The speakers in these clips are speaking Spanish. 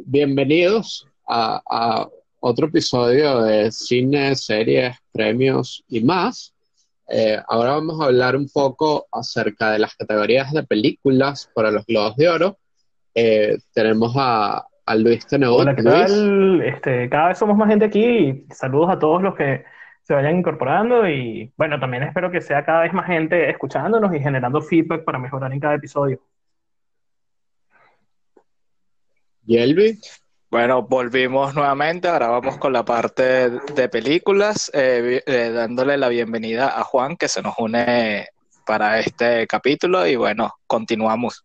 Bienvenidos a otro episodio de cine, series, premios y más. Ahora vamos a hablar un poco acerca de las categorías de películas para los Globos de Oro. Tenemos a Luis Teneut. Hola, ¿qué Luis, tal? Cada vez somos más gente aquí y saludos a todos los que se vayan incorporando y bueno, también espero que sea cada vez más gente escuchándonos y generando feedback para mejorar en cada episodio. Yelvi, Bueno, volvimos nuevamente, ahora vamos con la parte de películas, dándole la bienvenida a Juan que se nos une para este capítulo y bueno, continuamos.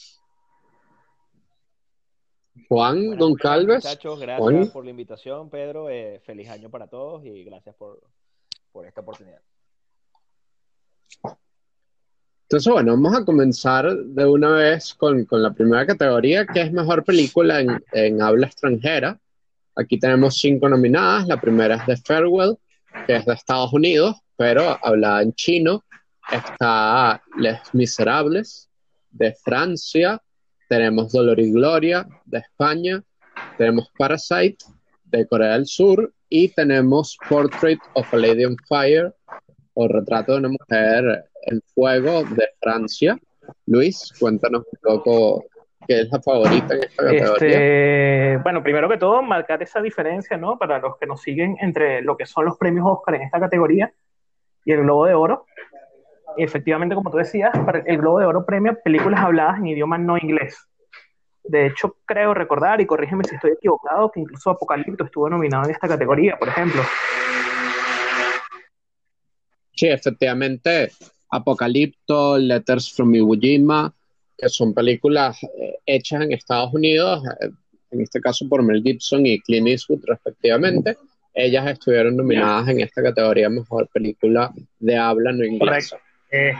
Juan Buenas Goncalves. muchachos, gracias Juan. por la invitación, Pedro. Feliz año para todos y gracias por esta oportunidad. Entonces, bueno, vamos a comenzar de una vez con la primera categoría, que es mejor película en habla extranjera. Aquí tenemos cinco nominadas. La primera es The Farewell, que es de Estados Unidos, pero hablada en chino. Está Les Miserables, de Francia. Tenemos Dolor y Gloria, de España. Tenemos Parasite, de Corea del Sur. Y tenemos Portrait of a Lady on Fire, o Retrato de una Mujer en Fuego, de Francia. Luis, cuéntanos un poco qué es la favorita en esta categoría. Bueno, primero que todo, marcar esa diferencia, ¿no? Para los que nos siguen entre lo que son los premios Oscar en esta categoría y el Globo de Oro. Y efectivamente, como tú decías, el Globo de Oro premia películas habladas en idioma no inglés. De hecho, creo recordar, y corrígeme si estoy equivocado, que incluso Apocalipto estuvo nominado en esta categoría, por ejemplo. Sí, efectivamente, Apocalipto, Letters from Iwo Jima, que son películas hechas en Estados Unidos, en este caso por Mel Gibson y Clint Eastwood respectivamente. Ellas estuvieron nominadas en esta categoría Mejor Película de Habla No Correcto. Inglesa.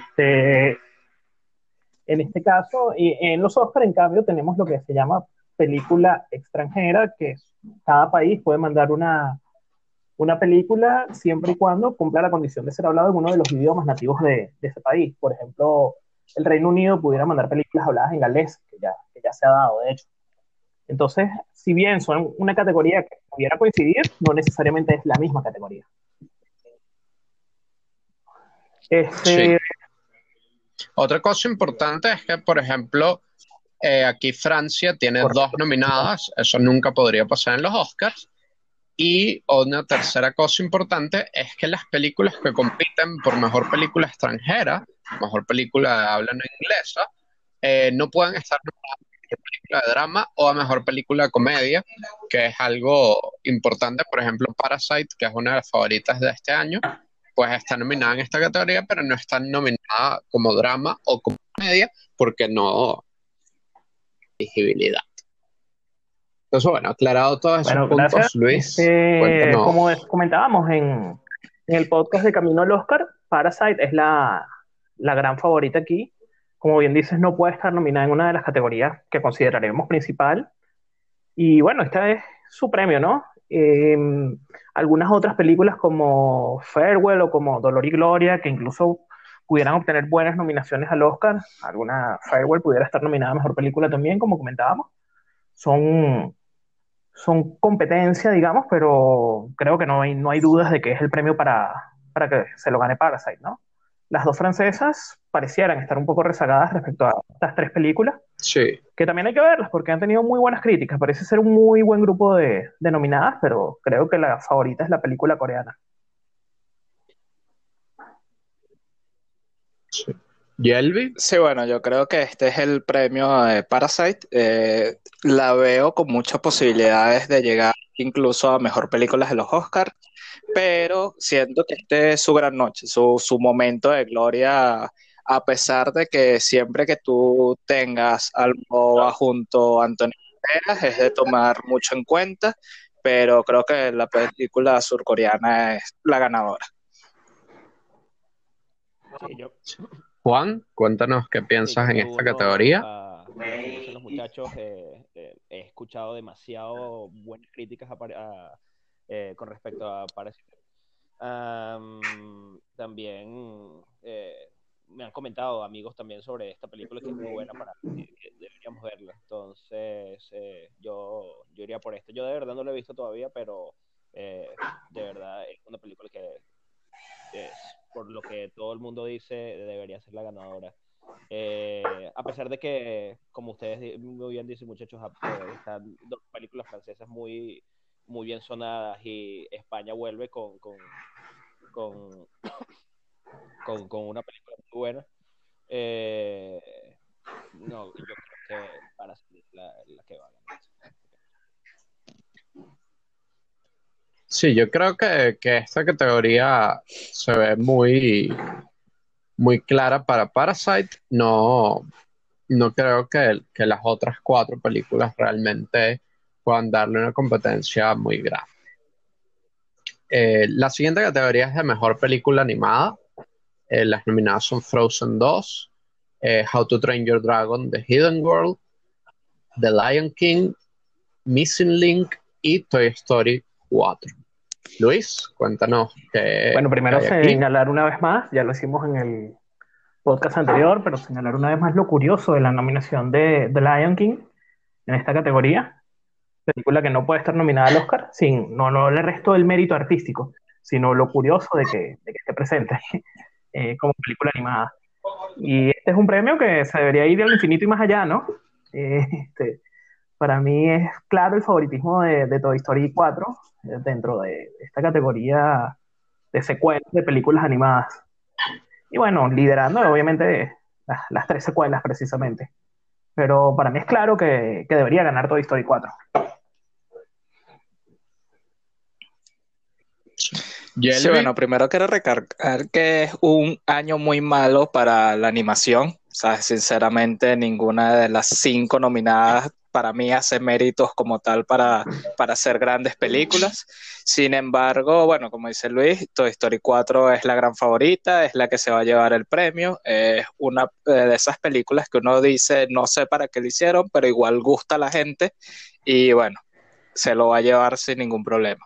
En este caso, y en los Oscar, en cambio, tenemos lo que se llama película extranjera, que cada país puede mandar una película siempre y cuando cumpla la condición de ser hablado en uno de los idiomas nativos de ese país. Por ejemplo, el Reino Unido pudiera mandar películas habladas en galés, que ya se ha dado, de hecho. Entonces, si bien son una categoría que pudiera coincidir, no necesariamente es la misma categoría. Sí. Este, Otra cosa importante es que, por ejemplo, aquí Francia tiene dos correcto. nominadas, eso nunca podría pasar en los Oscars. Y una tercera cosa importante es que las películas que compiten por mejor película extranjera, mejor película de habla no inglesa, no pueden estar nominadas a mejor película de drama o a mejor película de comedia, que es algo importante. Por ejemplo, Parasite, que es una de las favoritas de este año, pues está nominada en esta categoría, pero no está nominada como drama o como comedia porque no hay elegibilidad. Entonces, bueno, aclarado todos esos Bueno, gracias. puntos, Luis, cuéntanos. Como comentábamos en el podcast de Camino al Oscar, Parasite es la gran favorita aquí. Como bien dices, no puede estar nominada en una de las categorías que consideraremos principal. Y bueno, esta es su premio, ¿no? Eh, Algunas otras películas como Farewell o como Dolor y Gloria, que incluso pudieran obtener buenas nominaciones al Oscar, alguna Farewell pudiera estar nominada a Mejor Película también, como comentábamos, son son competencia, digamos, pero creo que no hay dudas de que es el premio para que se lo gane Parasite, ¿no? Las dos francesas parecieran estar un poco rezagadas respecto a estas tres películas, Sí. que también hay que verlas porque han tenido muy buenas críticas. Parece ser un muy buen grupo de nominadas, pero creo que la favorita es la película coreana. Sí. Yelvi, Sí, bueno, yo creo que este es el premio de Parasite. La veo con muchas posibilidades de llegar incluso a mejor películas de los Oscars, pero siento que este es su gran noche, su momento de gloria, a pesar de que siempre que tú tengas Almodóvar junto a Antonio Banderas es de tomar mucho en cuenta, pero creo que la película surcoreana es la ganadora. Sí, yo, Juan, cuéntanos qué sí, yo piensas en me esta uno categoría. a lo que dicen los muchachos. He escuchado demasiado buenas críticas con respecto a Parasite. También me han comentado amigos también sobre esta película que es muy buena que debería deberíamos verla. Entonces, yo iría por esto. Yo de verdad no lo he visto todavía, pero de verdad es una película que, es, por lo que todo el mundo dice, debería ser la ganadora. A pesar de que, como ustedes muy bien dicen, muchachos, están dos películas francesas muy, muy bien sonadas y España vuelve con, con una película muy buena. Eh, no, yo creo que para ser la que va a ganar. Sí, yo creo que esta categoría se ve muy clara para Parasite. No, no creo que las otras cuatro películas realmente puedan darle una competencia muy grande. La siguiente categoría es de mejor película animada. Las nominadas son Frozen 2, How to Train Your Dragon, The Hidden World, The Lion King, Missing Link y Toy Story 4. Luis, cuéntanos qué Bueno, primero hay aquí. señalar una vez más, ya lo hicimos en el podcast anterior, pero señalar una vez más lo curioso de la nominación de The Lion King en esta categoría, película que no puede estar nominada al Oscar, no le resto el mérito artístico, sino lo curioso de que esté presente como película animada. Y este es un premio que se debería ir al infinito y más allá, ¿no? Este, para mí es claro el favoritismo de Toy Story 4 dentro de esta categoría de secuelas de películas animadas. Y bueno, liderando obviamente las tres secuelas precisamente. Pero para mí es claro que debería ganar Toy Story 4. Sí, Yelvi, bueno, primero quiero recalcar que es un año muy malo para la animación. O sea, sinceramente, ninguna de las 5 nominadas para mí hace méritos como tal para hacer grandes películas. Sin embargo, bueno, como dice Luis, Toy Story 4 es la gran favorita, es la que se va a llevar el premio. Es una de esas películas que uno dice, no sé para qué lo hicieron, pero igual gusta a la gente y bueno, se lo va a llevar sin ningún problema.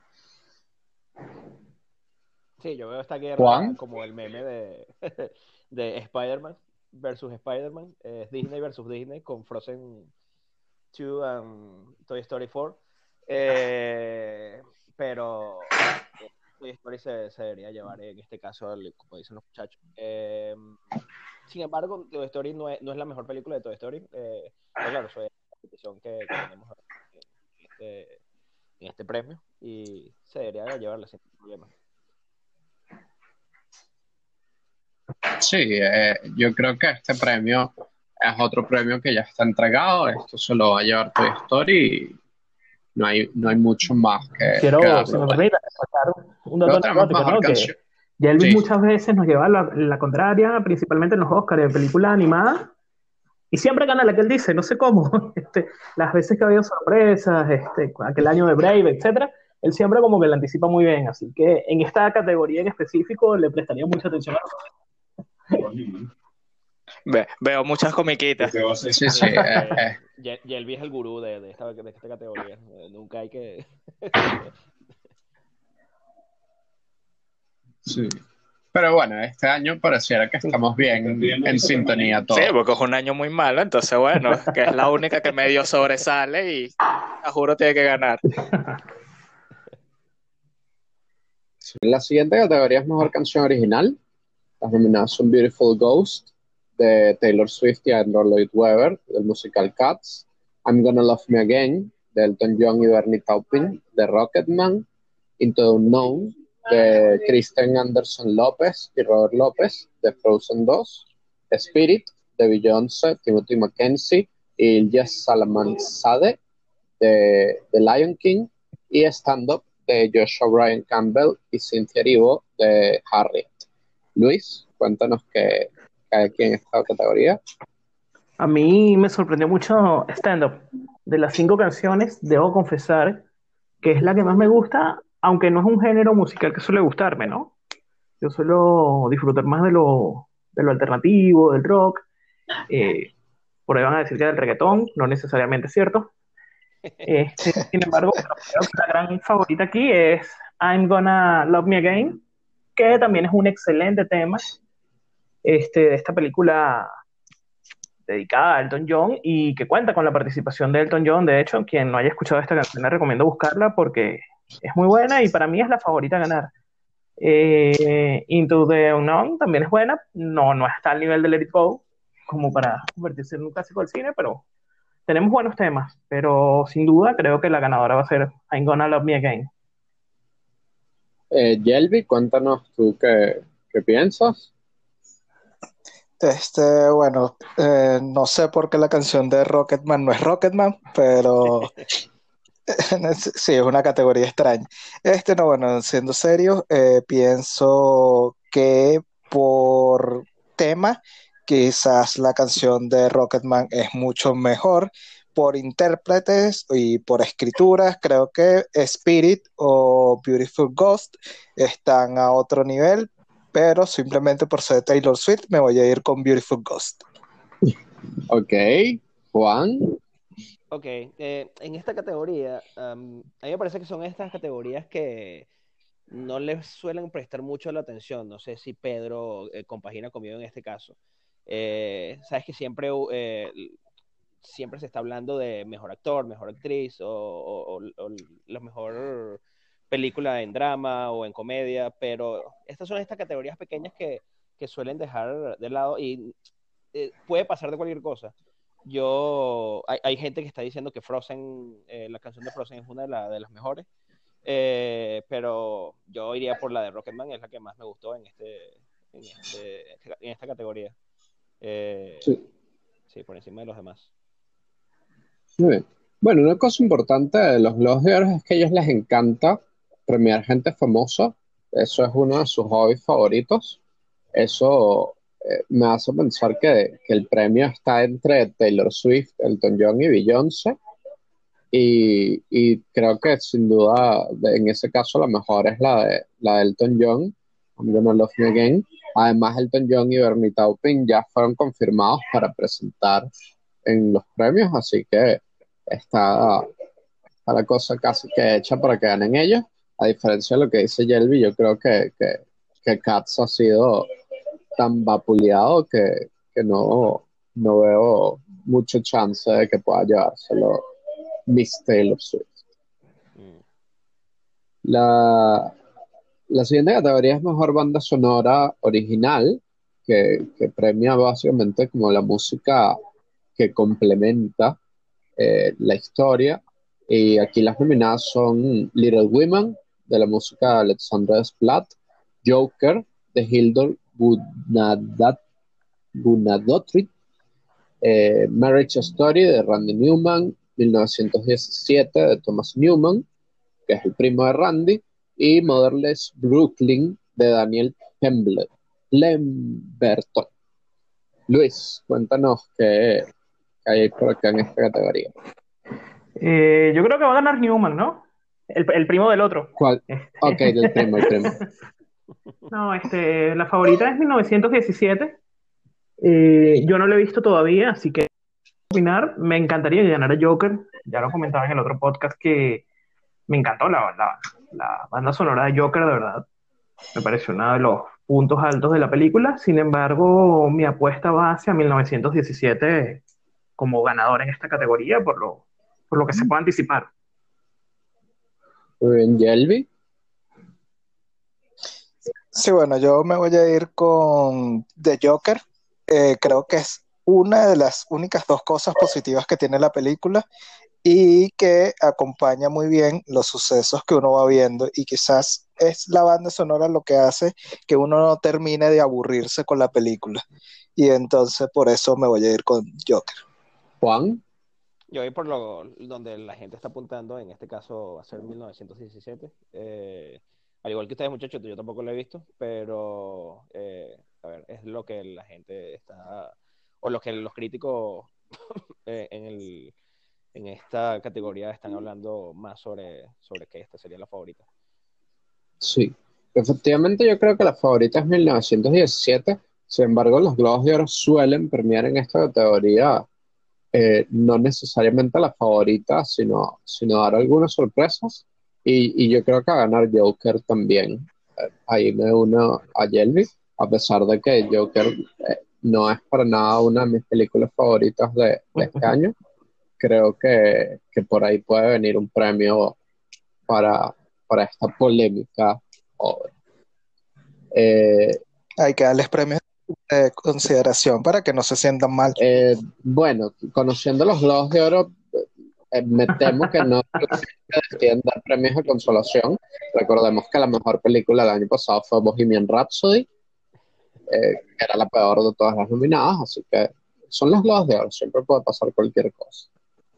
Sí, yo veo esta guerra Juan. como el meme de, de Spider-Man versus Spider-Man, Disney versus Disney con Frozen 2 and Toy Story 4. Eh, pero Toy Story se debería llevar en este caso, como dicen los muchachos. Sin embargo, Toy Story no es la mejor película de Toy Story. Pero claro, eso es la competición que tenemos este, en este premio y se debería llevarla sin problema. Sí, yo creo que este premio es otro premio que ya está entregado. Esto se lo va a llevar Toy Story y no hay mucho más que Quiero, si darle me vuelta. permite, destacar un dato Luego tenemos anecdótico, mejor ¿no? canción. Que ya Elvis Sí, muchas veces nos lleva la contraria, principalmente en los Oscars, en películas animadas, y siempre gana la que él dice, no sé cómo. Las veces que ha habido sorpresas, aquel año de Brave, etcétera, él siempre como que la anticipa muy bien. Así que en esta categoría en específico le prestaría mucha atención a Veo muchas comiquitas. sí, sí. Sí, Yelby es el gurú de esta categoría. Nunca hay que. Sí. Pero bueno, este año pareciera que estamos bien en sintonía Sí, todos. porque es un año muy malo, entonces bueno, que es la única que medio sobresale y a juro tiene que ganar. La siguiente categoría es mejor canción original. Las nominadas son Beautiful Ghost de Taylor Swift y Andrew Lloyd Webber del musical Cats, I'm Gonna Love Me Again de Elton John y Bernie Taupin de Rocketman, Into the Unknown de Kristen Anderson López y Robert López de Frozen 2, Spirit de Beyoncé, Timothy McKenzie y Ilyas Salamansade de The Lion King y Stand Up de Joshua Bryan Campbell y Cynthia Erivo de Harriet. Luis, cuéntanos qué hay aquí en esta categoría. A mí me sorprendió mucho Stand Up. De las 5 canciones, debo confesar que es la que más me gusta, aunque no es un género musical que suele gustarme, ¿no? Yo suelo disfrutar más de lo alternativo, del rock. eh, por ahí van a decir que del reggaetón, no necesariamente es cierto. Sin embargo, creo que la gran favorita aquí es I'm Gonna Love Me Again, que también es un excelente tema de esta película dedicada a Elton John y que cuenta con la participación de Elton John. De hecho, quien no haya escuchado esta canción, le recomiendo buscarla porque es muy buena y para mí es la favorita a ganar. Into the Unknown también es buena, no está al nivel de Let It Go como para convertirse en un clásico del cine, pero tenemos buenos temas, pero sin duda creo que la ganadora va a ser I'm Gonna Love Me Again. Yelvi, cuéntanos tú qué piensas. Bueno, no sé por qué la canción de Rocketman no es Rocketman, pero sí, es una categoría extraña. No, bueno, siendo serio, pienso que por tema, quizás la canción de Rocketman es mucho mejor. Por intérpretes y por escrituras, creo que Spirit o Beautiful Ghost están a otro nivel, pero simplemente por ser Taylor Swift me voy a ir con Beautiful Ghost. Ok, Juan. Ok, en esta categoría, a mí me parece que son estas categorías que no les suelen prestar mucho la atención. No sé si Pedro compagina conmigo en este caso. Sabes que siempre se está hablando de mejor actor, mejor actriz o la mejor película en drama o en comedia, pero estas son estas categorías pequeñas que suelen dejar de lado y puede pasar de cualquier cosa. Hay gente que está diciendo que Frozen, la canción de Frozen es una de las mejores, pero yo iría por la de Rocketman, es la que más me gustó en esta categoría. Sí. Sí, por encima de los demás. Muy bien. Bueno, una cosa importante de los Globos de Oro es que a ellos les encanta premiar gente famosa. Eso es uno de sus hobbies favoritos. Eso me hace pensar que el premio está entre Taylor Swift, Elton John y Beyoncé. Y creo que sin duda, en ese caso, la mejor es la de Elton John, I'm Gonna Love Me Again. Además, Elton John y Bernie Taupin ya fueron confirmados para presentar en los premios, así que está la cosa casi que hecha para que ganen ellos. A diferencia de lo que dice Yelvi, yo creo que Cats ha sido tan vapuleado que no veo mucho chance de que pueda llevárselo Miss Taylor Swift. Mm. La siguiente categoría es Mejor Banda Sonora Original, que premia básicamente como la música que complementa la historia. Y aquí las nominadas son Little Women, de la música de Alexandra Desplat, Joker, de Hildur Guðnadóttir, Marriage Story, de Randy Newman, 1917, de Thomas Newman, que es el primo de Randy, y Motherless Brooklyn, de Daniel Pemberton. Luis, cuéntanos qué hay por acá en esta categoría. Yo creo que va a ganar Newman, ¿no? El primo del otro. ¿Cuál? Ok, del primo, el primo. No, la favorita es 1917. Yo no lo he visto todavía, así que opinar, me encantaría que ganara Joker. Ya lo comentaba en el otro podcast que me encantó la banda sonora de Joker, de verdad. Me pareció uno de los puntos altos de la película. Sin embargo, mi apuesta va hacia 1917 como ganador en esta categoría por lo que se puede anticipar. Muy bien, Yelvi. Sí, bueno, yo me voy a ir con The Joker. Creo que es una de las únicas dos cosas positivas que tiene la película y que acompaña muy bien los sucesos que uno va viendo y quizás es la banda sonora lo que hace que uno no termine de aburrirse con la película. Y entonces por eso me voy a ir con Joker. Juan. Yo voy por donde la gente está apuntando, en este caso va a ser 1917. Al igual que ustedes, muchachos, yo tampoco lo he visto, pero a ver, es lo que la gente está, o lo que los críticos en esta categoría están hablando más sobre que esta sería la favorita. Sí, efectivamente yo creo que la favorita es 1917. Sin embargo, los Globos de Oro suelen premiar en esta categoría no necesariamente la favorita, sino dar algunas sorpresas. Y yo creo que va a ganar Joker también. Ahí me uno a Yelvi, a pesar de que Joker no es para nada una de mis películas favoritas de este año. Creo que por ahí puede venir un premio para, para esta polémica obra. Hay que darles premios de consideración para que no se sientan mal. Bueno, conociendo los Globos de Oro, me temo que no deciden dar premios de consolación. Recordemos que la mejor película del año pasado fue Bohemian Rhapsody, que era la peor de todas las nominadas, así que son los Globos de Oro, siempre puede pasar cualquier cosa.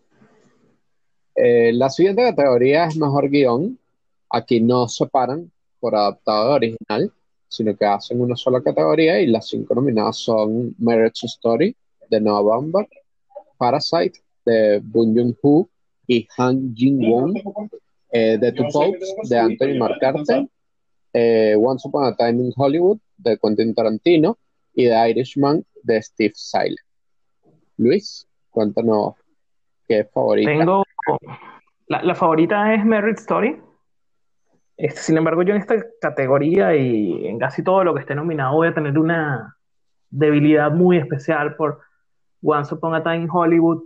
La siguiente categoría es mejor guión. Aquí no separan por adaptado de original, sino que hacen una sola categoría y las 5 nominadas son Marriage Story de Noah Baumbach, Parasite de Bong Joon-ho y Han Jin-won, The Two Popes de Anthony McCarthy, Once Upon a Time in Hollywood de Quentin Tarantino y The Irishman de Steve Silent. Luis, cuéntanos qué es favorita. Tengo la favorita es Marriage Story. Sin embargo, yo en esta categoría y en casi todo lo que esté nominado voy a tener una debilidad muy especial por Once Upon a Time in Hollywood.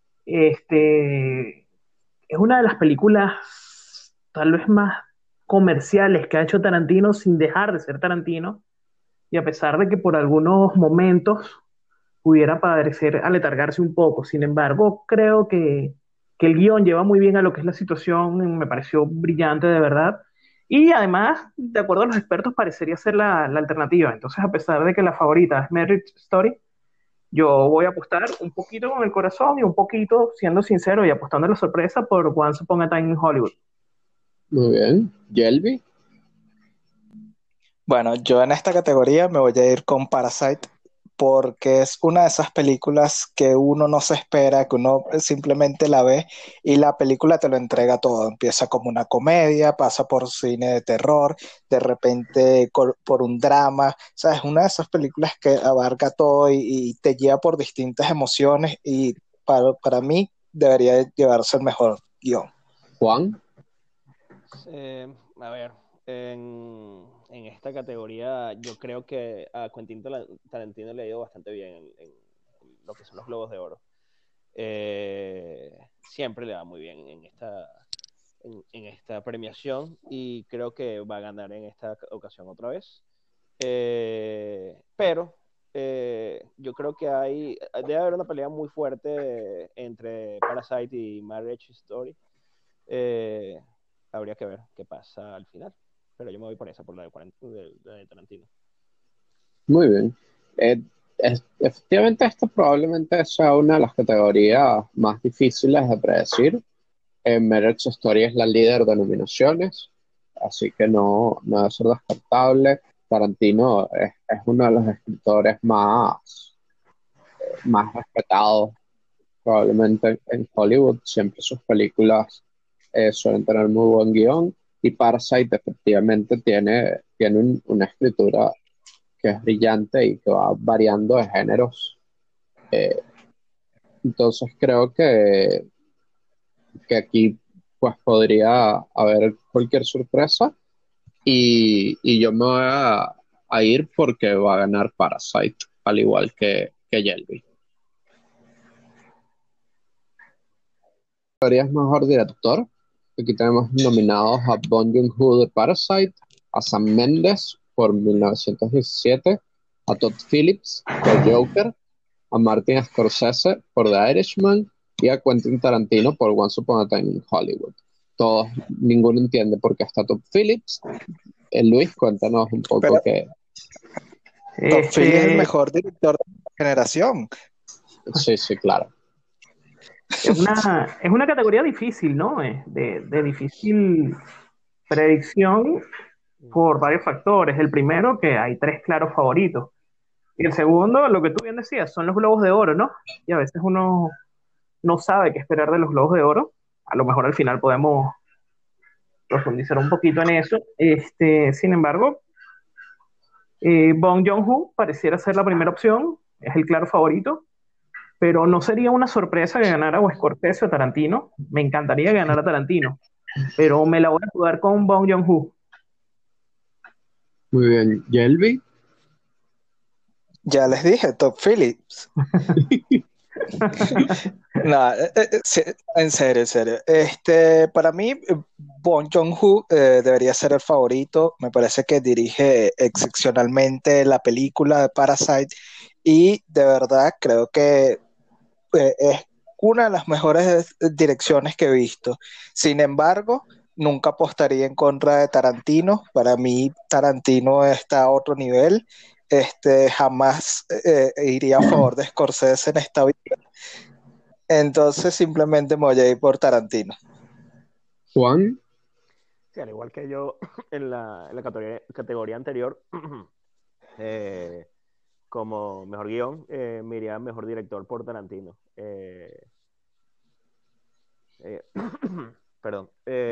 Es una de las películas tal vez más comerciales que ha hecho Tarantino sin dejar de ser Tarantino. Y a pesar de que por algunos momentos pudiera parecer aletargarse un poco, sin embargo, creo que el guión lleva muy bien a lo que es la situación, me pareció brillante de verdad. Y además, de acuerdo a los expertos, parecería ser la alternativa. Entonces, a pesar de que la favorita es Marriage Story, yo voy a apostar un poquito con el corazón y un poquito, siendo sincero y apostando a la sorpresa, por Once Upon a Time in Hollywood. Muy bien. Yelby. Bueno, yo en esta categoría me voy a ir con Parasite porque es una de esas películas que uno no se espera, que uno simplemente la ve y la película te lo entrega todo. Empieza como una comedia, pasa por cine de terror, de repente por un drama. O sea, es una de esas películas que abarca todo y te lleva por distintas emociones y para mí debería llevarse el mejor guión. Juan. A ver, en esta categoría yo creo que a Quentin Tarantino le ha ido bastante bien en lo que son los Globos de Oro. Siempre le va muy bien en esta premiación y creo que va a ganar en esta ocasión otra vez. Pero yo creo que debe haber una pelea muy fuerte entre Parasite y Marriage Story. Habría que ver qué pasa al final, pero yo me voy por esa, por la de Tarantino. Muy bien. Efectivamente, esta probablemente sea una de las categorías más difíciles de predecir. Marriage Story es la líder de nominaciones, así que no debe ser descartable. Tarantino es uno de los escritores más respetados probablemente en Hollywood. Siempre sus películas suelen tener muy buen guión y Parasite efectivamente tiene una escritura que es brillante y que va variando de géneros. Entonces creo que aquí pues podría haber cualquier sorpresa y yo me voy a ir porque va a ganar Parasite, al igual que Yelby. Es mejor director. Aquí tenemos nominados a Bong Joon-ho de Parasite, a Sam Mendes por 1917, a Todd Phillips por Joker, a Martin Scorsese por The Irishman y a Quentin Tarantino por Once Upon a Time in Hollywood. Ninguno entiende por qué está Todd Phillips. Luis, cuéntanos un poco qué. Todd Phillips es el mejor director de la generación. Sí, claro. Es una categoría difícil, ¿no? De difícil predicción por varios factores. El primero, que hay 3 claros favoritos. Y el segundo, lo que tú bien decías, son los Globos de Oro, ¿no? Y a veces uno no sabe qué esperar de los Globos de Oro. A lo mejor al final podemos profundizar un poquito en eso. Sin embargo, Bong Joon-ho pareciera ser la primera opción, es el claro favorito. Pero no sería una sorpresa que ganara o Scorsese o Tarantino. Me encantaría que ganara Tarantino, pero me la voy a jugar con Bong Joon-ho. Muy bien. ¿Yelby? Ya les dije, Top Phillips. No, sí, en serio, en serio. Para mí, Bong Joon-ho debería ser el favorito. Me parece que dirige excepcionalmente la película de Parasite y de verdad creo que es una de las mejores direcciones que he visto. Sin embargo, nunca apostaría en contra de Tarantino. Para mí, Tarantino está a otro nivel. Jamás iría a favor de Scorsese en esta vida. Entonces simplemente me voy a ir por Tarantino. Juan, Sí, al igual que yo en la categoría anterior, eh, como mejor guión, me iría a mejor director por Tarantino. Eh, perdón.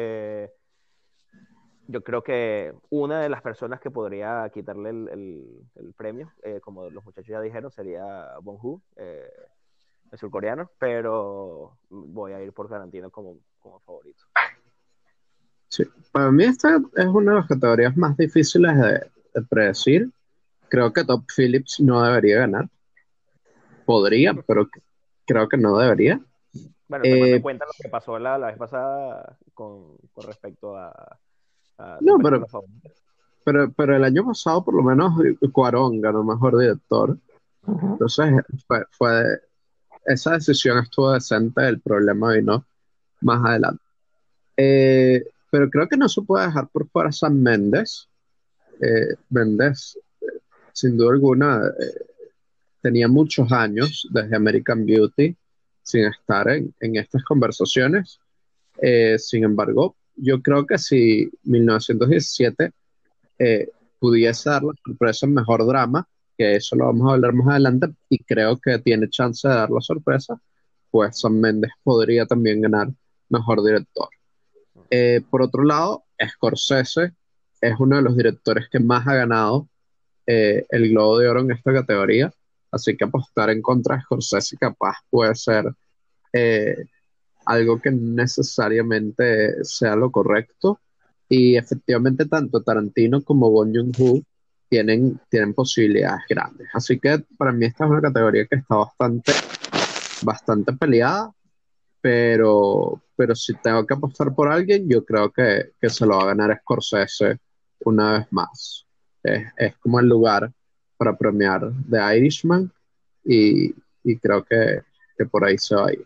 Yo creo que una de las personas que podría quitarle el premio, como los muchachos ya dijeron, sería Bong Joon, el surcoreano, pero voy a ir por Tarantino como favorito. sí. Para mí esta es una de las categorías más difíciles de predecir. Creo que Top Phillips no debería ganar. Podría, pero creo que no debería. Bueno, tomando en Eh, cuenta lo que pasó la vez pasada con respecto a tu no, película favorita. pero el año pasado por lo menos Cuarón ganó mejor director. Ujú. Entonces esa decisión estuvo decente, el problema vino más adelante. Pero creo que no se puede dejar por fuera a Sam Mendes. Mendes, sin duda alguna, tenía muchos años desde American Beauty sin estar en estas conversaciones. Sin embargo, yo creo que si 1917 pudiese dar la sorpresa en mejor drama, que eso lo vamos a hablar más adelante, y creo que tiene chance de dar la sorpresa, pues Sam Mendes podría también ganar mejor director. Por otro lado, Scorsese es uno de los directores que más ha ganado el Globo de Oro en esta categoría, así que apostar en contra de Scorsese capaz puede ser eh, algo que no necesariamente sea lo correcto. Y efectivamente, tanto Tarantino como Bong Joon-ho tienen posibilidades grandes. Así que para mí esta es una categoría que está bastante peleada, pero si tengo que apostar por alguien, yo creo que se lo va a ganar Scorsese una vez más. Es como el lugar para premiar The Irishman y creo que por ahí se va a ir.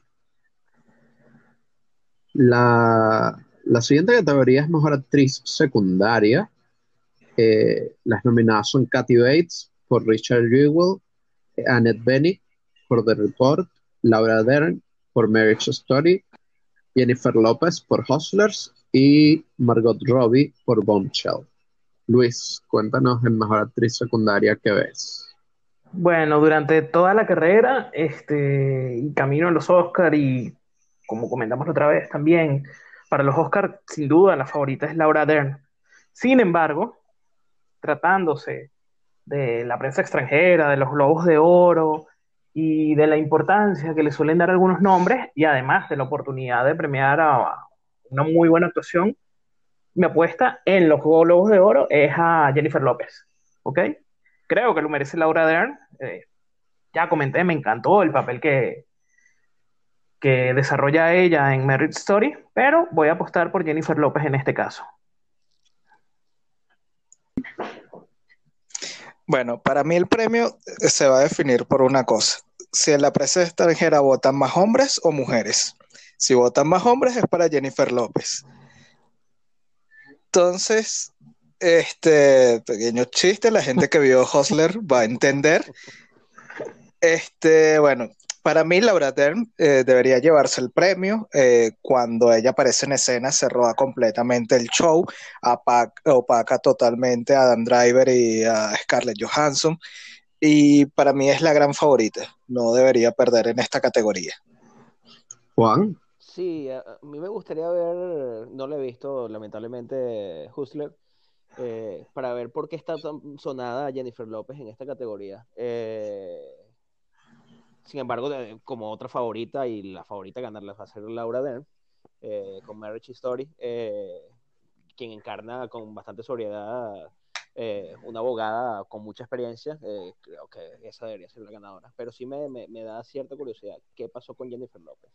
La siguiente categoría es Mejor Actriz Secundaria. Las nominadas son Kathy Bates por Richard Jewell, Annette Bening por The Report, Laura Dern por Marriage Story, Jennifer Lopez por Hustlers y Margot Robbie por Bombshell. Luis, cuéntanos en Mejor Actriz Secundaria qué ves. Bueno, durante toda la carrera, y camino a los Oscar y como comentamos la otra vez también, para los Oscar, sin duda, la favorita es Laura Dern. Sin embargo, tratándose de la prensa extranjera, de los Globos de Oro y de la importancia que le suelen dar algunos nombres y además de la oportunidad de premiar a una muy buena actuación, mi apuesta en los Globos de Oro es a Jennifer López. ¿Ok? Creo que lo merece Laura Dern. Ya comenté, me encantó el papel que desarrolla ella en Marriage Story, pero voy a apostar por Jennifer López en este caso. Bueno, para mí el premio se va a definir por una cosa. Si en la prensa extranjera votan más hombres o mujeres. Si votan más hombres es para Jennifer López. Entonces, pequeño chiste, la gente que vio Hustler va a entender. Bueno, para mí Laura Dern debería llevarse el premio. Cuando ella aparece en escena se roba completamente el show, opaca totalmente a Adam Driver y a Scarlett Johansson y para mí es la gran favorita. No debería perder en esta categoría. Juan, Sí, a mí me gustaría ver, no lo he visto lamentablemente, Hustler, para ver por qué está tan sonada Jennifer López en esta categoría. Sin embargo, como otra favorita y la favorita a ganarla va a ser Laura Dern, con Marriage Story, quien encarna con bastante sobriedad una abogada con mucha experiencia, creo que esa debería ser la ganadora. Pero sí me da cierta curiosidad. ¿Qué pasó con Jennifer López?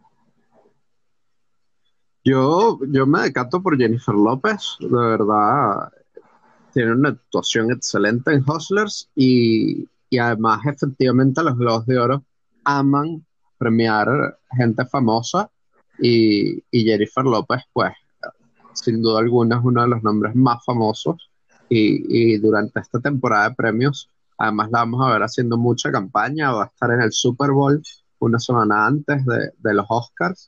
Yo me decanto por Jennifer López, de verdad, tiene una actuación excelente en Hustlers y además efectivamente los Globos de Oro aman premiar gente famosa y Jennifer López pues sin duda alguna es uno de los nombres más famosos y durante esta temporada de premios además la vamos a ver haciendo mucha campaña, va a estar en el Super Bowl una semana antes de los Oscars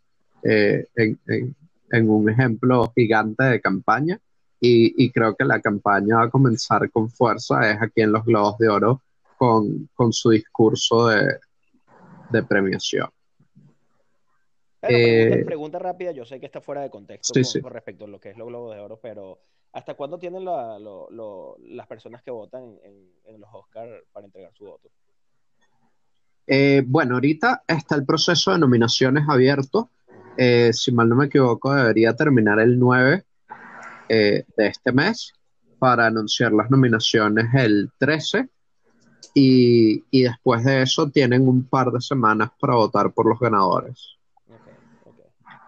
en un ejemplo gigante de campaña y creo que la campaña va a comenzar con fuerza, es aquí en los Globos de Oro con su discurso de premiación. Bueno, Eh, pregunta rápida, yo sé que está fuera de contexto sí, sí. con respecto a lo que es los Globos de Oro, pero ¿hasta cuándo tienen las personas que votan en los Oscars para entregar su voto? Bueno, ahorita está el proceso de nominaciones abierto. Si mal no me equivoco, debería terminar el 9 de este mes para anunciar las nominaciones el 13 y después de eso tienen un par de semanas para votar por los ganadores. Ok, ok.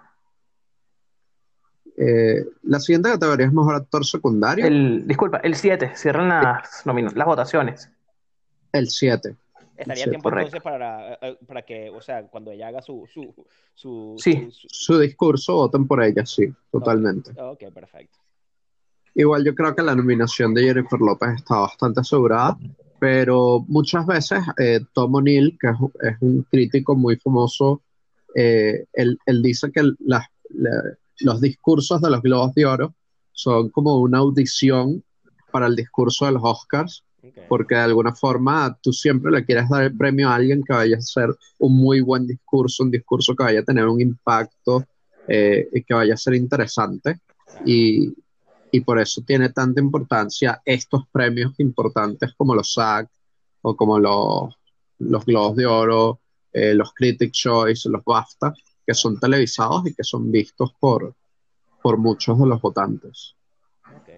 La siguiente categoría es mejor actor secundario, Disculpa, el 7 cierran las votaciones. el 7. El Estaría a 7. tiempo Correcto. entonces para que, o sea, cuando ella haga Sí, Su discurso, voten por ella, sí, Ok, totalmente. ok, perfecto. Igual yo creo que la nominación de Jennifer López está bastante asegurada, pero muchas veces Tom O'Neill, que es un crítico muy famoso, él dice que los discursos de los Globos de Oro son como una audición para el discurso de los Oscars, Ok, porque de alguna forma tú siempre le quieres dar el premio a alguien que vaya a hacer un muy buen discurso, un discurso que vaya a tener un impacto y que vaya a ser interesante. claro. Y, y por eso tiene tanta importancia estos premios importantes como los SAG o como los Globos de Oro, los Critics' Choice, los BAFTA, que Claro. son televisados y que son vistos por muchos de los votantes. Ok.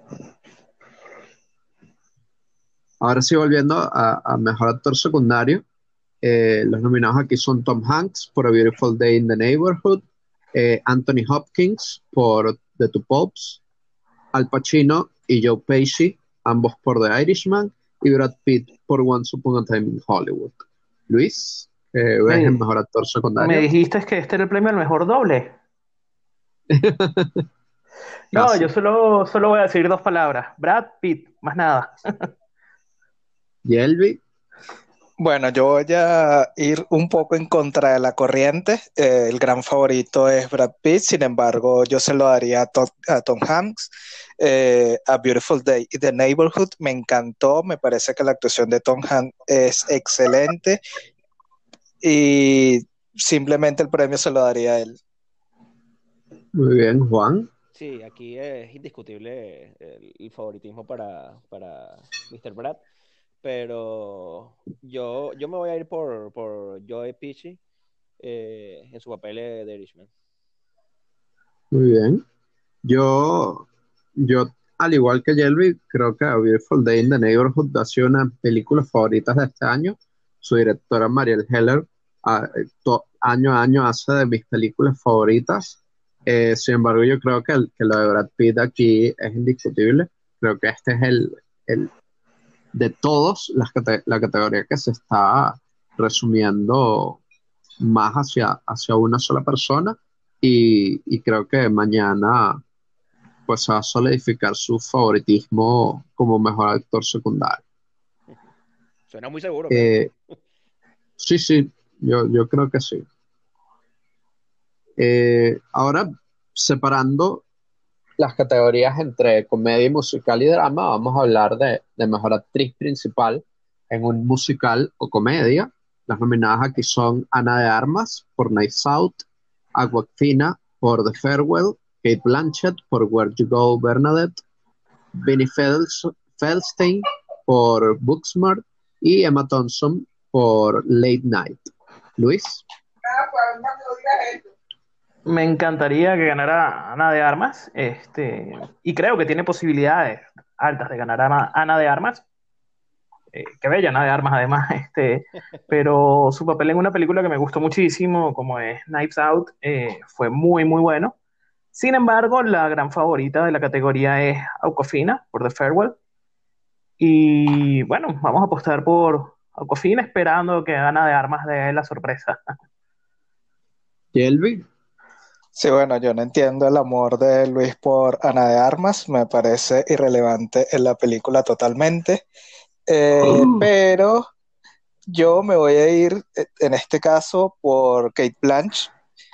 Ahora sí, volviendo a Mejor Actor Secundario, los nominados aquí son Tom Hanks por A Beautiful Day in the Neighborhood, Anthony Hopkins por The Two Popes, Al Pacino y Joe Pesci, ambos por The Irishman, y Brad Pitt por Once Upon a Time in Hollywood. Luis, ¿ves el me, mejor actor me secundario? dijiste que este era el premio al mejor doble. No, yo Casi. solo voy a decir dos palabras. Brad Pitt, más nada. Yelvi, Bueno, yo voy a ir un poco en contra de la corriente. El gran favorito es Brad Pitt, sin embargo, yo se lo daría a Tom Hanks. A Beautiful Day in the Neighborhood me encantó, me parece que la actuación de Tom Hanks es excelente y simplemente el premio se lo daría a él. muy bien, Juan. Sí, aquí es indiscutible el favoritismo para Mr. Brad, pero yo me voy a ir por Joe Pesci en su papel de Irishman. Muy bien. Yo, yo, al igual que Yelvi, creo que A Beautiful Day in the Neighborhood ha sido una de mis películas favoritas de este año. Su directora Marielle Heller año a año hace de mis películas favoritas. Sin embargo, yo creo que lo de Brad Pitt aquí es indiscutible. Creo que este es el de todos la categoría que se está resumiendo más hacia una sola persona y creo que mañana pues se va a solidificar su favoritismo como mejor actor secundario. Suena muy seguro, pero Eh, sí, sí, yo creo que sí. Ahora, separando las categorías entre comedia musical y drama, vamos a hablar de mejor actriz principal en un musical o comedia. Las nominadas aquí son Ana de Armas por Knives Out, Awkwafina por The Farewell, Kate Blanchett por Where You Go, Bernadette, Vinnie Feldstein por Booksmart y Emma Thompson por Late Night. Luis, Me encantaría que ganara Ana de Armas, y creo que tiene posibilidades. altas de ganar a Ana de Armas. Qué bella Ana de Armas, además. Pero su papel en una película que me gustó muchísimo, como es Knives Out, fue muy, muy bueno. Sin embargo, la gran favorita de la categoría es Awkwafina, por The Farewell. Y bueno, vamos a apostar por Awkwafina, esperando que Ana de Armas dé la sorpresa. Yelvi. Sí, bueno, yo no entiendo el amor de Luis por Ana de Armas, me parece irrelevante en la película totalmente, pero yo me voy a ir en este caso por Kate Blanchett,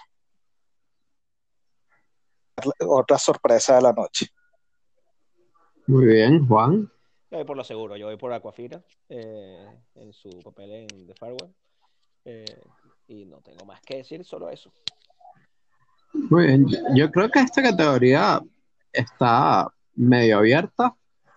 otra sorpresa de la noche. Muy bien, Juan. Yo voy por lo seguro, yo voy por Aquafina en su papel en The Farewell. Y no tengo más que decir, solo eso. Muy bien. Yo creo que esta categoría está medio abierta,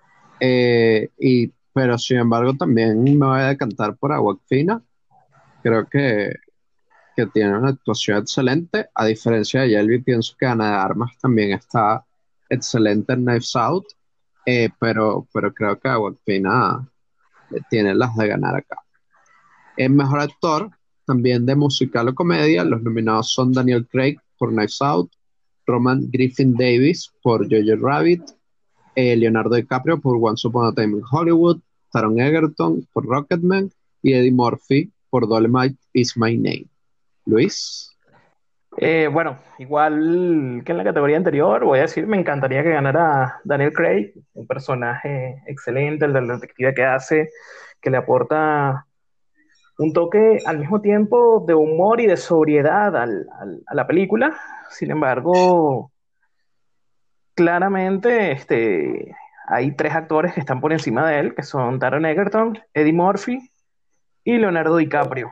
pero sin embargo también me voy a decantar por Awkwafina. Creo que tiene una actuación excelente. A diferencia de Yelvi, pienso que Ana de Armas también está excelente en Knives Out, pero creo que Awkwafina tiene las de ganar acá. En mejor actor, también de musical o comedia, los nominados son Daniel Craig por Knives Out, Roman Griffin Davis por Jojo Rabbit, Leonardo DiCaprio por Once Upon a Time in Hollywood, Taron Egerton por Rocketman y Eddie Murphy por Dolomite Is My Name. Luis. Bueno, igual que en la categoría anterior, voy a decir, me encantaría que ganara Daniel Craig, un personaje excelente, el del detective que hace, que le aporta un toque al mismo tiempo de humor y de sobriedad a la película. Sin embargo, claramente hay tres actores que están por encima de él, que son Taron Egerton, Eddie Murphy y Leonardo DiCaprio.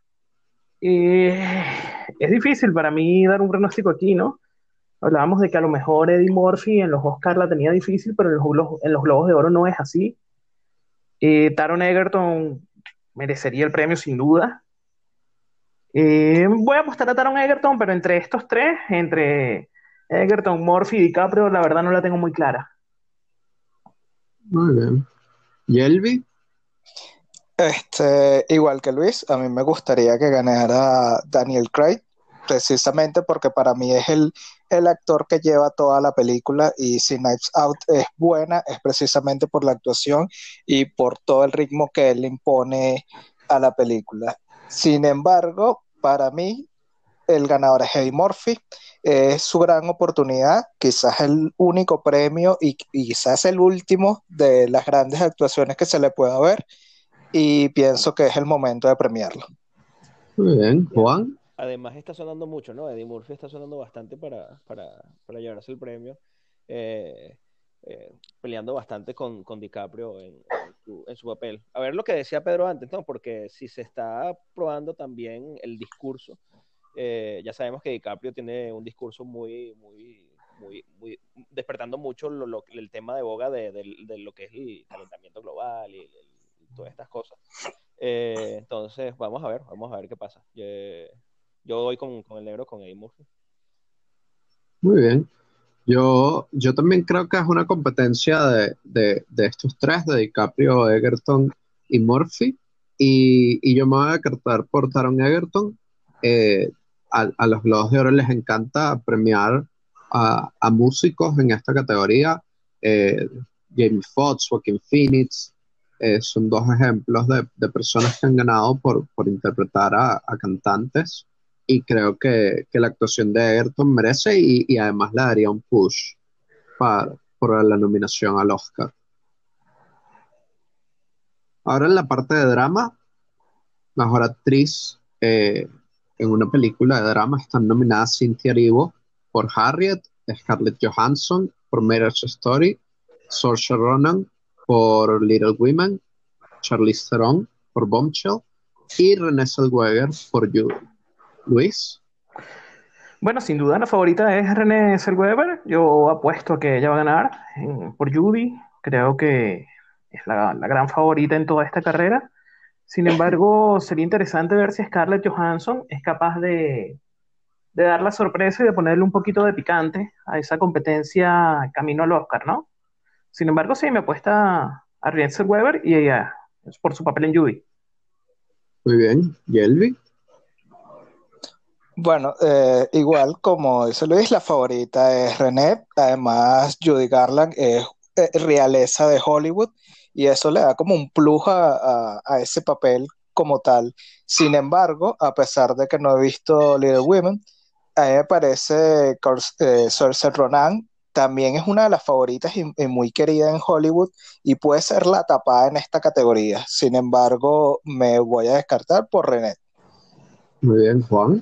Es difícil para mí dar un pronóstico aquí, ¿no? Hablábamos de que a lo mejor Eddie Murphy en los Oscars la tenía difícil, pero en los Globos de Oro no es así. Taron Egerton merecería el premio sin duda. Voy a apostar a Taron Egerton, pero entre estos tres, entre Egerton, Murphy y DiCaprio, la verdad no la tengo muy clara. Muy bien. Yelvi. Igual que Luis, a mí me gustaría que ganara Daniel Craig, precisamente porque para mí es el actor que lleva toda la película, y si Knives Out es buena es precisamente por la actuación y por todo el ritmo que él impone a la película. Sin embargo, para mí el ganador es Eddie Murphy, es su gran oportunidad, quizás el único premio y quizás el último de las grandes actuaciones que se le pueda ver, y pienso que es el momento de premiarlo. Muy bien, Juan. Además está sonando mucho, ¿no? Eddie Murphy está sonando bastante para llevarse el premio, eh, peleando bastante con DiCaprio en su papel. A ver lo que decía Pedro antes, ¿no? Porque si se está probando también el discurso, ya sabemos que DiCaprio tiene un discurso muy despertando mucho el tema de boga de lo que es el calentamiento global y todas estas cosas. Entonces, vamos a ver qué pasa. Yo voy con el negro, con Eddie Murphy. Muy bien. Yo también creo que es una competencia de estos tres, de DiCaprio, Egerton y Murphy. Y yo me voy a decantar por Taron Egerton. A los Globos de Oro les encanta premiar a músicos en esta categoría. Jamie Foxx, Joaquin Phoenix, son dos ejemplos de personas que han ganado por interpretar a cantantes. Y creo que la actuación de Egerton merece y además le daría un push por la nominación al Oscar. Ahora en la parte de drama, mejor actriz en una película de drama están nominadas Cynthia Erivo por Harriet, Scarlett Johansson por Marriage Story, Saoirse Ronan por Little Women, Charlize Theron por Bombshell y Renée Zellweger por You. Luis. Bueno, sin duda la favorita es Renée Zellweger. Yo apuesto a que ella va a ganar por Judy. Creo que es la gran favorita en toda esta carrera. Sin embargo, sería interesante ver si Scarlett Johansson es capaz de dar la sorpresa y de ponerle un poquito de picante a esa competencia camino al Oscar, ¿no? Sin embargo, sí, me apuesta a Renée Zellweger y ella, por su papel en Judy. Muy bien. ¿Yelvi? Bueno, igual como dice Luis, la favorita es Renée. Además, Judy Garland es realeza de Hollywood y eso le da como un plus a ese papel como tal. Sin embargo, a pesar de que no he visto Little Women, a mí me parece que Saoirse Ronan también es una de las favoritas y muy querida en Hollywood y puede ser la tapada en esta categoría. Sin embargo, me voy a descartar por Renée. Muy bien, Juan.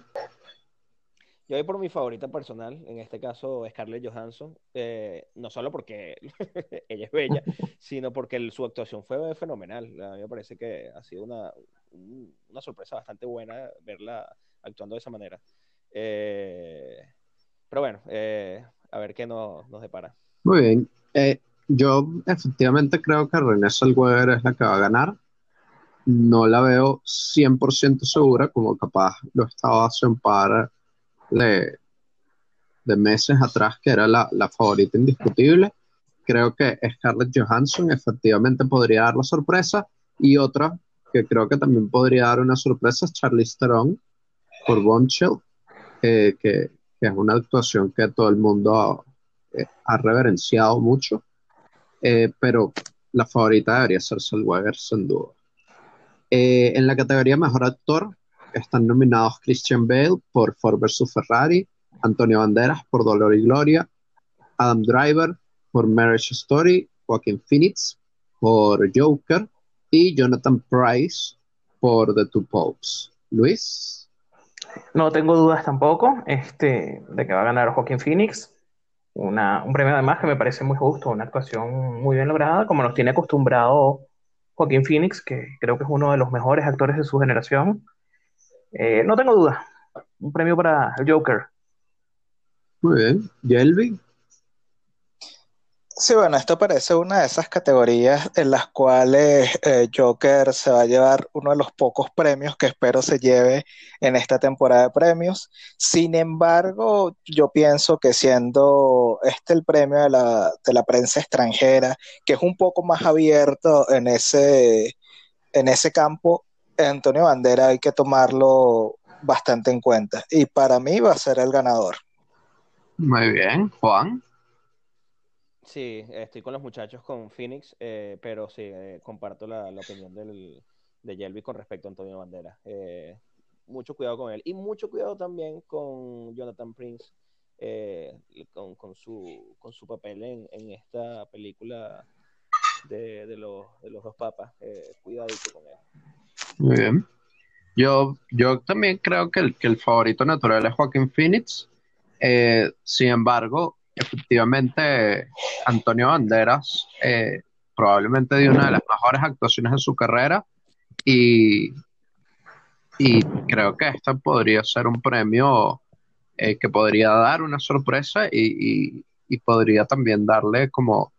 Yo voy por mi favorita personal, en este caso Scarlett Johansson, no solo porque ella es bella, sino porque su actuación fue fenomenal. A mí me parece que ha sido una sorpresa bastante buena verla actuando de esa manera. Eh, pero bueno, a ver qué nos depara. Muy bien. Yo efectivamente creo que Renée Zellweger es la que va a ganar. No la veo 100% segura, como capaz lo estaba hace un par de, de meses atrás, que era la favorita indiscutible. Creo que Scarlett Johansson efectivamente podría dar la sorpresa. Y otra que creo que también podría dar una sorpresa es Charlize Theron por Bombshell, que es una actuación que todo el mundo ha reverenciado mucho. Pero la favorita debería ser Zellweger, sin duda. En la categoría Mejor Actor están nominados Christian Bale por Ford vs Ferrari, Antonio Banderas por Dolor y Gloria, Adam Driver por Marriage Story, Joaquin Phoenix por Joker y Jonathan Pryce por The Two Popes. Luis. No tengo dudas tampoco de que va a ganar Joaquin Phoenix. Un premio además que me parece muy justo, una actuación muy bien lograda, como nos tiene acostumbrado Joaquin Phoenix, que creo que es uno de los mejores actores de su generación. No tengo dudas, un premio para el Joker. Muy bien. Yelvi. Sí, bueno, esto parece una de esas categorías en las cuales Joker se va a llevar uno de los pocos premios que espero se lleve en esta temporada de premios. Sin embargo, yo pienso que siendo este el premio de la prensa extranjera, que es un poco más abierto en ese campo, Antonio Bandera hay que tomarlo bastante en cuenta. Y para mí va a ser el ganador. Muy bien. Juan. Sí, estoy con los muchachos con Phoenix, pero sí, comparto la opinión de Yelvi con respecto a Antonio Banderas. Mucho cuidado con él y mucho cuidado también con Jonathan Prince, con su papel en esta película de los dos papas. Cuidadito con él. Muy bien. Yo también creo que el favorito natural es Joaquin Phoenix. Sin embargo, efectivamente, Antonio Banderas probablemente dio una de las mejores actuaciones de su carrera y, y creo que este podría ser un premio que podría dar una sorpresa y podría también darle como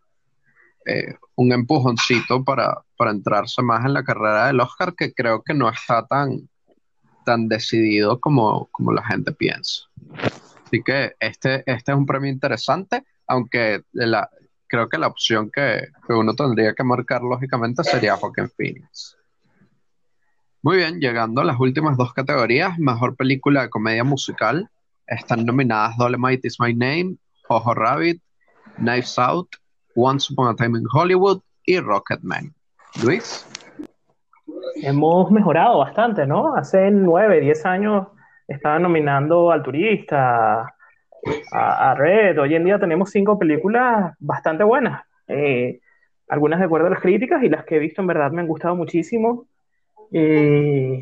un empujoncito para entrarse más en la carrera del Oscar, que creo que no está tan decidido como la gente piensa. Así que este es un premio interesante, aunque creo que la opción que uno tendría que marcar lógicamente sería Joaquin Phoenix. Muy bien, llegando a las últimas dos categorías, mejor película de comedia musical, están nominadas Dolomite Is My Name, Jojo Rabbit, Knives Out, Once Upon a Time in Hollywood y Rocketman. Luis. Hemos mejorado bastante, ¿no? Hace 9, 10 años estaban nominando al Turista, a Red. Hoy en día tenemos 5 películas bastante buenas. Algunas de acuerdo a las críticas y las que he visto en verdad me han gustado muchísimo. Eh,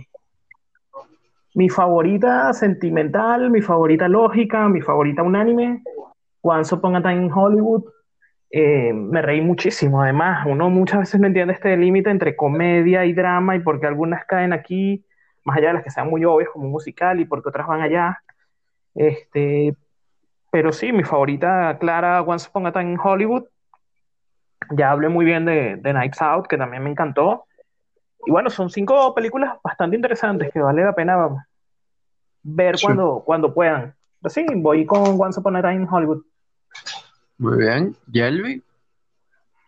Mi favorita sentimental, mi favorita lógica, mi favorita unánime, Once Upon a Time in Hollywood. Me reí muchísimo. Además, uno muchas veces no entiende este límite entre comedia y drama y por qué algunas caen aquí, más allá de las que sean muy obvias como un musical y porque otras van allá. Este, pero sí, mi favorita clara, Once Upon a Time in Hollywood. Ya hablé muy bien de Knives Out, que también me encantó. Y bueno, son 5 películas bastante interesantes que vale la pena ver Sí, cuando puedan. Pero sí, voy con Once Upon a Time in Hollywood. muy bien. Yelvi.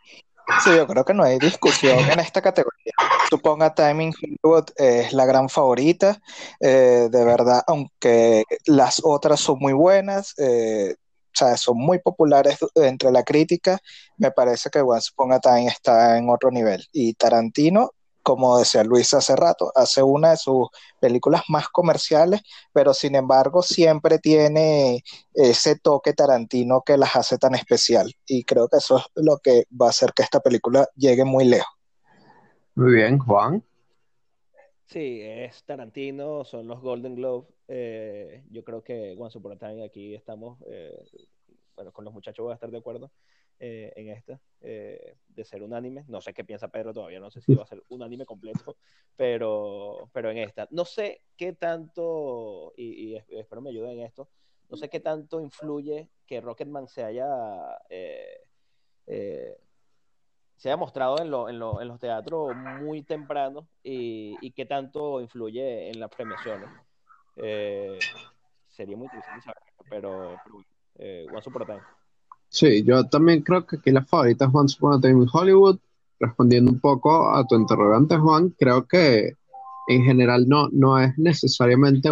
Sí, yo creo que no hay discusión en esta categoría. Suponga Timing Hollywood es la gran favorita, de verdad, aunque las otras son muy buenas, o sea, son muy populares entre la crítica, me parece que Once Upon a Time está en otro nivel. Y Tarantino, como decía Luis hace rato, hace una de sus películas más comerciales, pero sin embargo siempre tiene ese toque Tarantino que las hace tan especial. Y creo que eso es lo que va a hacer que esta película llegue muy lejos. Muy bien, Juan. Sí, es Tarantino, son los Golden Globe. Yo creo que Once Upon a Time aquí estamos, bueno, con los muchachos voy a estar de acuerdo en esta, de ser unánime. No sé qué piensa Pedro todavía, no sé si va a ser unánime completo, pero en esta. No sé qué tanto, y espero me ayuden en esto, no sé qué tanto influye que Rocketman eh, se haya mostrado en los teatros muy temprano y qué tanto influye en las premiaciones. Eh, Sería muy interesante saber, pero bueno, Once Upon a Time. Sí, yo también creo que aquí la favorita es Once Upon a Time in Hollywood. Respondiendo un poco a tu interrogante, Juan, creo que en general no es necesariamente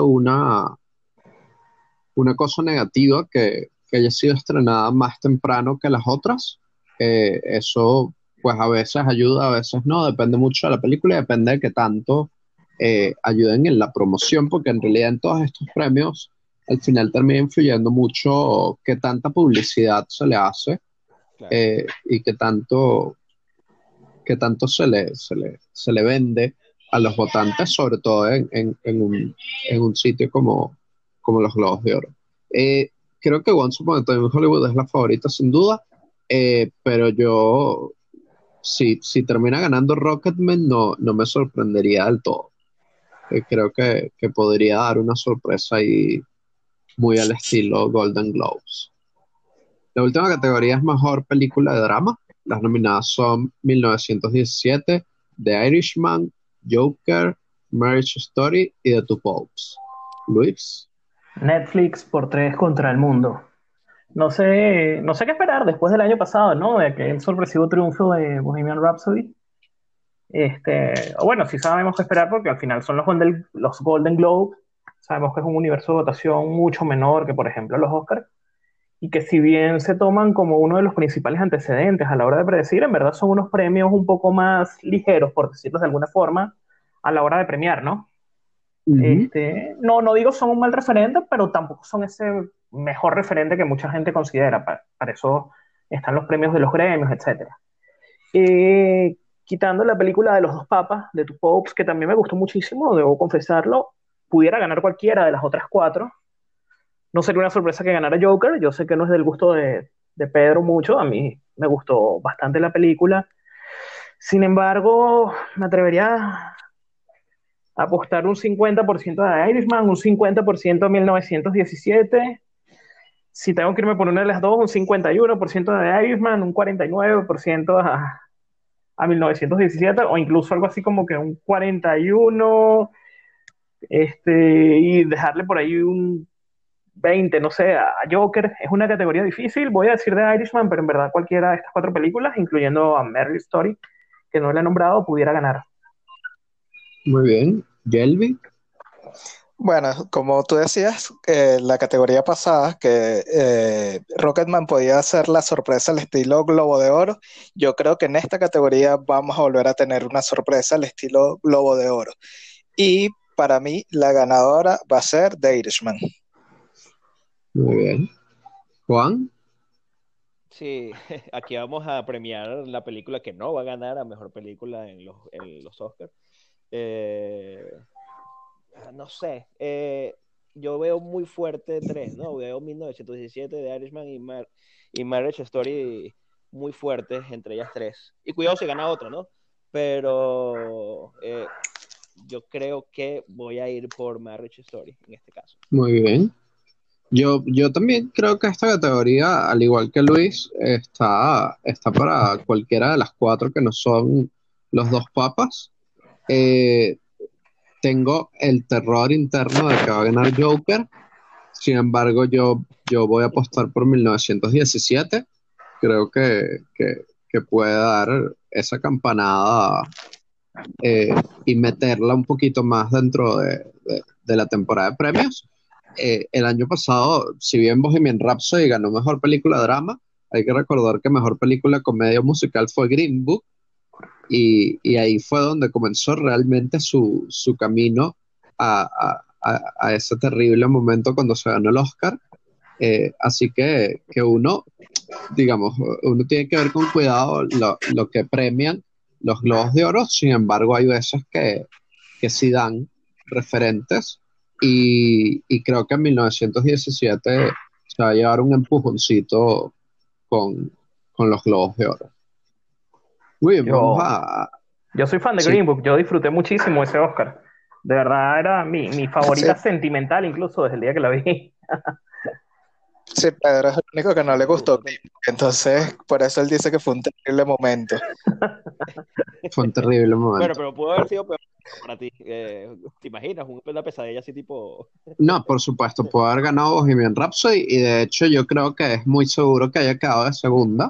una cosa negativa que haya sido estrenada más temprano que las otras. Eso, pues a veces ayuda, a veces no, depende mucho de la película y depende de qué tanto ayuden en la promoción, porque en realidad en todos estos premios al final termina influyendo mucho qué tanta publicidad se le hace Claro. y qué tanto se le vende a los votantes, sobre todo en un sitio como los Globos de Oro. Creo que Once Upon a Time in Hollywood es la favorita sin duda, pero yo, si termina ganando Rocketman, no me sorprendería del todo. Creo que podría dar una sorpresa ahí muy al estilo Golden Globes. La última categoría es Mejor Película de Drama. Las nominadas son 1917, The Irishman, Joker, Marriage Story y The Two Popes. Luis. Netflix por tres contra el mundo. No sé qué esperar después del año pasado, ¿no? De aquel sorpresivo triunfo de Bohemian Rhapsody. O bueno, sí sabemos qué esperar porque al final son los Golden Globe. Sabemos que es un universo de votación mucho menor que, por ejemplo, los Oscars. Y que si bien se toman como uno de los principales antecedentes a la hora de predecir, en verdad son unos premios un poco más ligeros, por decirlo de alguna forma, a la hora de premiar, ¿no? Ujú. No digo son un mal referente, pero tampoco son ese mejor referente que mucha gente considera. Para eso están los premios de los gremios, etcétera. Quitando la película de los dos papas, de Two Popes, que también me gustó muchísimo, debo confesarlo, pudiera ganar cualquiera de las otras cuatro. No sería una sorpresa que ganara Joker. Yo sé que no es del gusto de Pedro mucho. A mí me gustó bastante la película. Sin embargo, me atrevería a apostar un 50% a Irishman, un 50% a 1917. Si tengo que irme por una de las dos, un 51% de Irishman, un 49% a 1917, o incluso algo así como que un 41%, y dejarle por ahí un 20, no sé, a Joker. Es una categoría difícil. Voy a decir de Irishman, pero en verdad cualquiera de estas cuatro películas, incluyendo a Marriage Story, que no le he nombrado, pudiera ganar. Muy bien. Jelby. Bueno, como tú decías, la categoría pasada, que Rocketman podía hacer la sorpresa al estilo Globo de Oro, yo creo que en esta categoría vamos a volver a tener una sorpresa al estilo Globo de Oro. Y para mí, la ganadora va a ser The Irishman. Muy bien. Juan. Sí, aquí vamos a premiar la película que no va a ganar a mejor película en los Oscars. No sé, yo veo muy fuerte tres, ¿no? Veo 1917 de Irishman y Marriage Story muy fuertes entre ellas tres. Y cuidado si gana otra, ¿no? Pero yo creo que voy a ir por Marriage Story en este caso. Muy bien. Yo también creo que esta categoría, al igual que Luis, está para cualquiera de las cuatro que no son los dos papas. Eh, Tengo el terror interno de que va a ganar Joker. Sin embargo, yo voy a apostar por 1917. Creo que que puede dar esa campanada y meterla un poquito más dentro de la temporada de premios. El año pasado, si bien Bohemian Rhapsody ganó mejor película de drama, hay que recordar que mejor película comedia musical fue Green Book, y ahí fue donde comenzó realmente su camino a ese terrible momento cuando se ganó el Oscar. Así que uno, digamos, uno tiene que ver con cuidado lo que premian los Globos de Oro. Sin embargo, hay veces que sí dan referentes, y creo que en 1917 se va a llevar un empujoncito con, con los Globos de Oro. Muy bien, vamos Yo, a... yo soy fan de Sí, Green Book, yo disfruté muchísimo ese Oscar. De verdad era mi favorita Sí, sentimental incluso desde el día que la vi. sí, Pedro es el único que A no mí le me gustó gustó Green también. Book, entonces por eso él dice que fue un terrible momento. fue un terrible Bueno, momento. pero pudo haber sido peor para ti. ¿Te imaginas? Una pesadilla así tipo... No, por supuesto, puede haber ganado Bohemian Rhapsody, y de hecho yo creo que es muy seguro que haya quedado de segunda,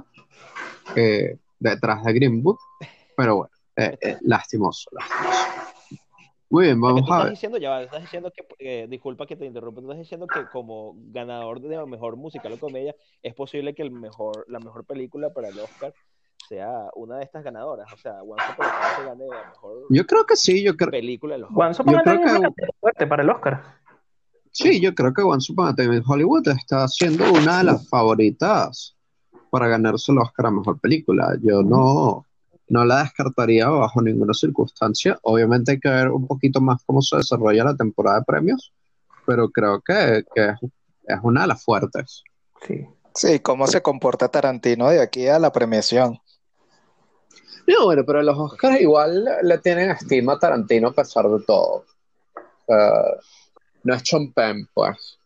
detrás de Green Book, pero bueno, lastimoso, lastimoso. Muy bien, Es que vamos tú a estás ver. diciendo, ya va, estás diciendo que, disculpa que te interrumpa, tú estás diciendo que como ganador de mejor musical o comedia, es posible que la mejor película para el Oscar sea una de estas ganadoras. O sea, Once Upon a Time se gane a mejor Yo creo que sí, película de los Once Oscars. Upon yo a creo Time es que una cantidad fuerte para el Oscar. sí, yo creo que Once Upon a Time in Hollywood está siendo una de las favoritas para ganarse el Oscar a mejor película. Yo no la descartaría bajo ninguna circunstancia. Obviamente hay que ver un poquito más cómo se desarrolla la temporada de premios, pero creo que es una de las fuertes. Sí. Sí, cómo se comporta Tarantino de aquí a la premiación. No, bueno, pero los Oscars igual le tienen estima a Tarantino a pesar de todo. No es Chompen, pues.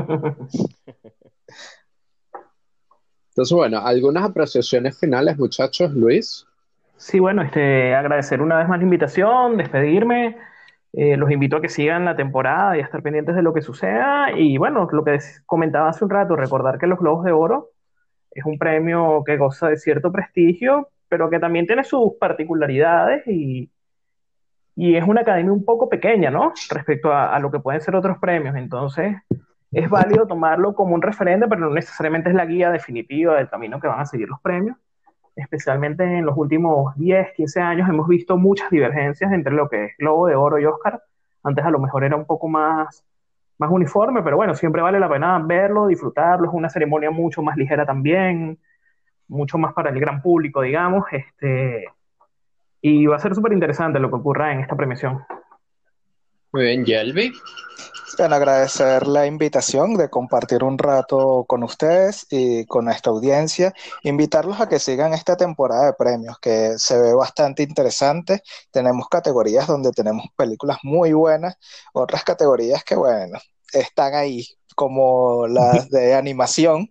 Entonces, bueno, algunas apreciaciones finales, muchachos. Luis. Sí, bueno, agradecer una vez más la invitación, despedirme. Los invito a que sigan la temporada y a estar pendientes de lo que suceda. Y bueno, lo que comentaba hace un rato, recordar que los Globos de Oro es un premio que goza de cierto prestigio, pero que también tiene sus particularidades y es una academia un poco pequeña, ¿no? Respecto a lo que pueden ser otros premios. Entonces, es válido tomarlo como un referente, pero no necesariamente es la guía definitiva del camino que van a seguir los premios. Especialmente en los últimos 10, 15 años hemos visto muchas divergencias entre lo que es Globo de Oro y Oscar. Antes a lo mejor era un poco más uniforme, pero bueno, siempre vale la pena verlo, disfrutarlo. Es una ceremonia mucho más ligera también, mucho más para el gran público, digamos. Y va a ser súper interesante lo que ocurra en esta premiación. Muy bien, Yelvi. Bueno, agradecer la invitación de compartir un rato con ustedes y con nuestra audiencia. Invitarlos a que sigan esta temporada de premios, que se ve bastante interesante. Tenemos categorías donde tenemos películas muy buenas, otras categorías que, bueno, están ahí, como las de animación.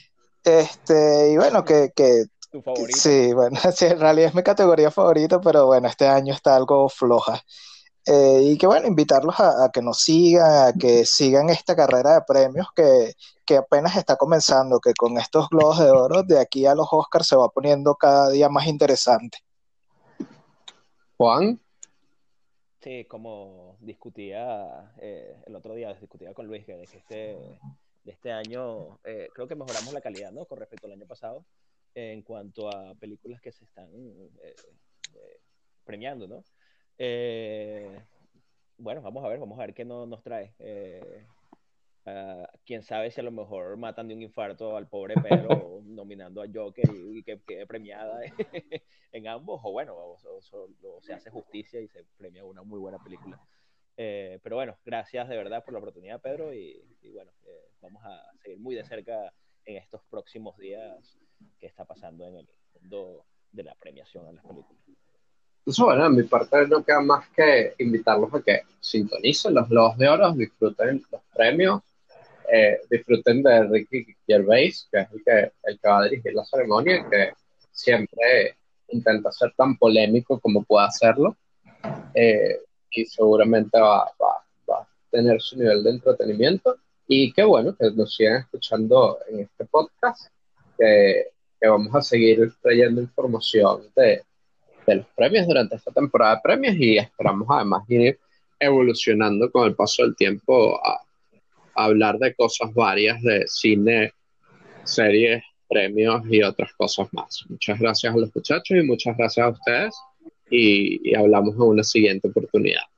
Y bueno, Tu favorita. sí, bueno, sí, en realidad es mi categoría favorita, pero bueno, este año está algo floja. Y que bueno, invitarlos a que nos sigan, a que sigan esta carrera de premios que apenas está comenzando, que con estos Globos de Oro de aquí a los Oscars se va poniendo cada día más interesante. Juan. Sí, como discutía el otro día, discutía con Luis, que de este año creo que mejoramos la calidad, ¿no? Con respecto al año pasado, en cuanto a películas que se están premiando, ¿no? Eh, bueno, vamos a ver qué nos trae. Quién sabe si a lo mejor matan de un infarto al pobre Pedro nominando a Joker y que quede premiada en ambos, o bueno, o se hace justicia y se premia una muy buena película. Pero bueno, gracias de verdad por la oportunidad, Pedro, y bueno, vamos a seguir muy de cerca en estos próximos días qué está pasando en el mundo de la premiación a las películas. Entonces, bueno, en mi parte no queda más que invitarlos a que sintonicen los Globos de Oro, disfruten los premios, disfruten de Ricky Gervais, que es el que va a dirigir la ceremonia, que siempre intenta ser tan polémico como pueda hacerlo, y seguramente va a tener su nivel de entretenimiento. Y qué bueno que nos sigan escuchando en este podcast, que que vamos a seguir trayendo información de los premios durante esta temporada de premios y esperamos además ir evolucionando con el paso del tiempo a hablar de cosas varias de cine, series, premios y otras cosas más. Muchas gracias a los muchachos y muchas gracias a ustedes y hablamos en una siguiente oportunidad.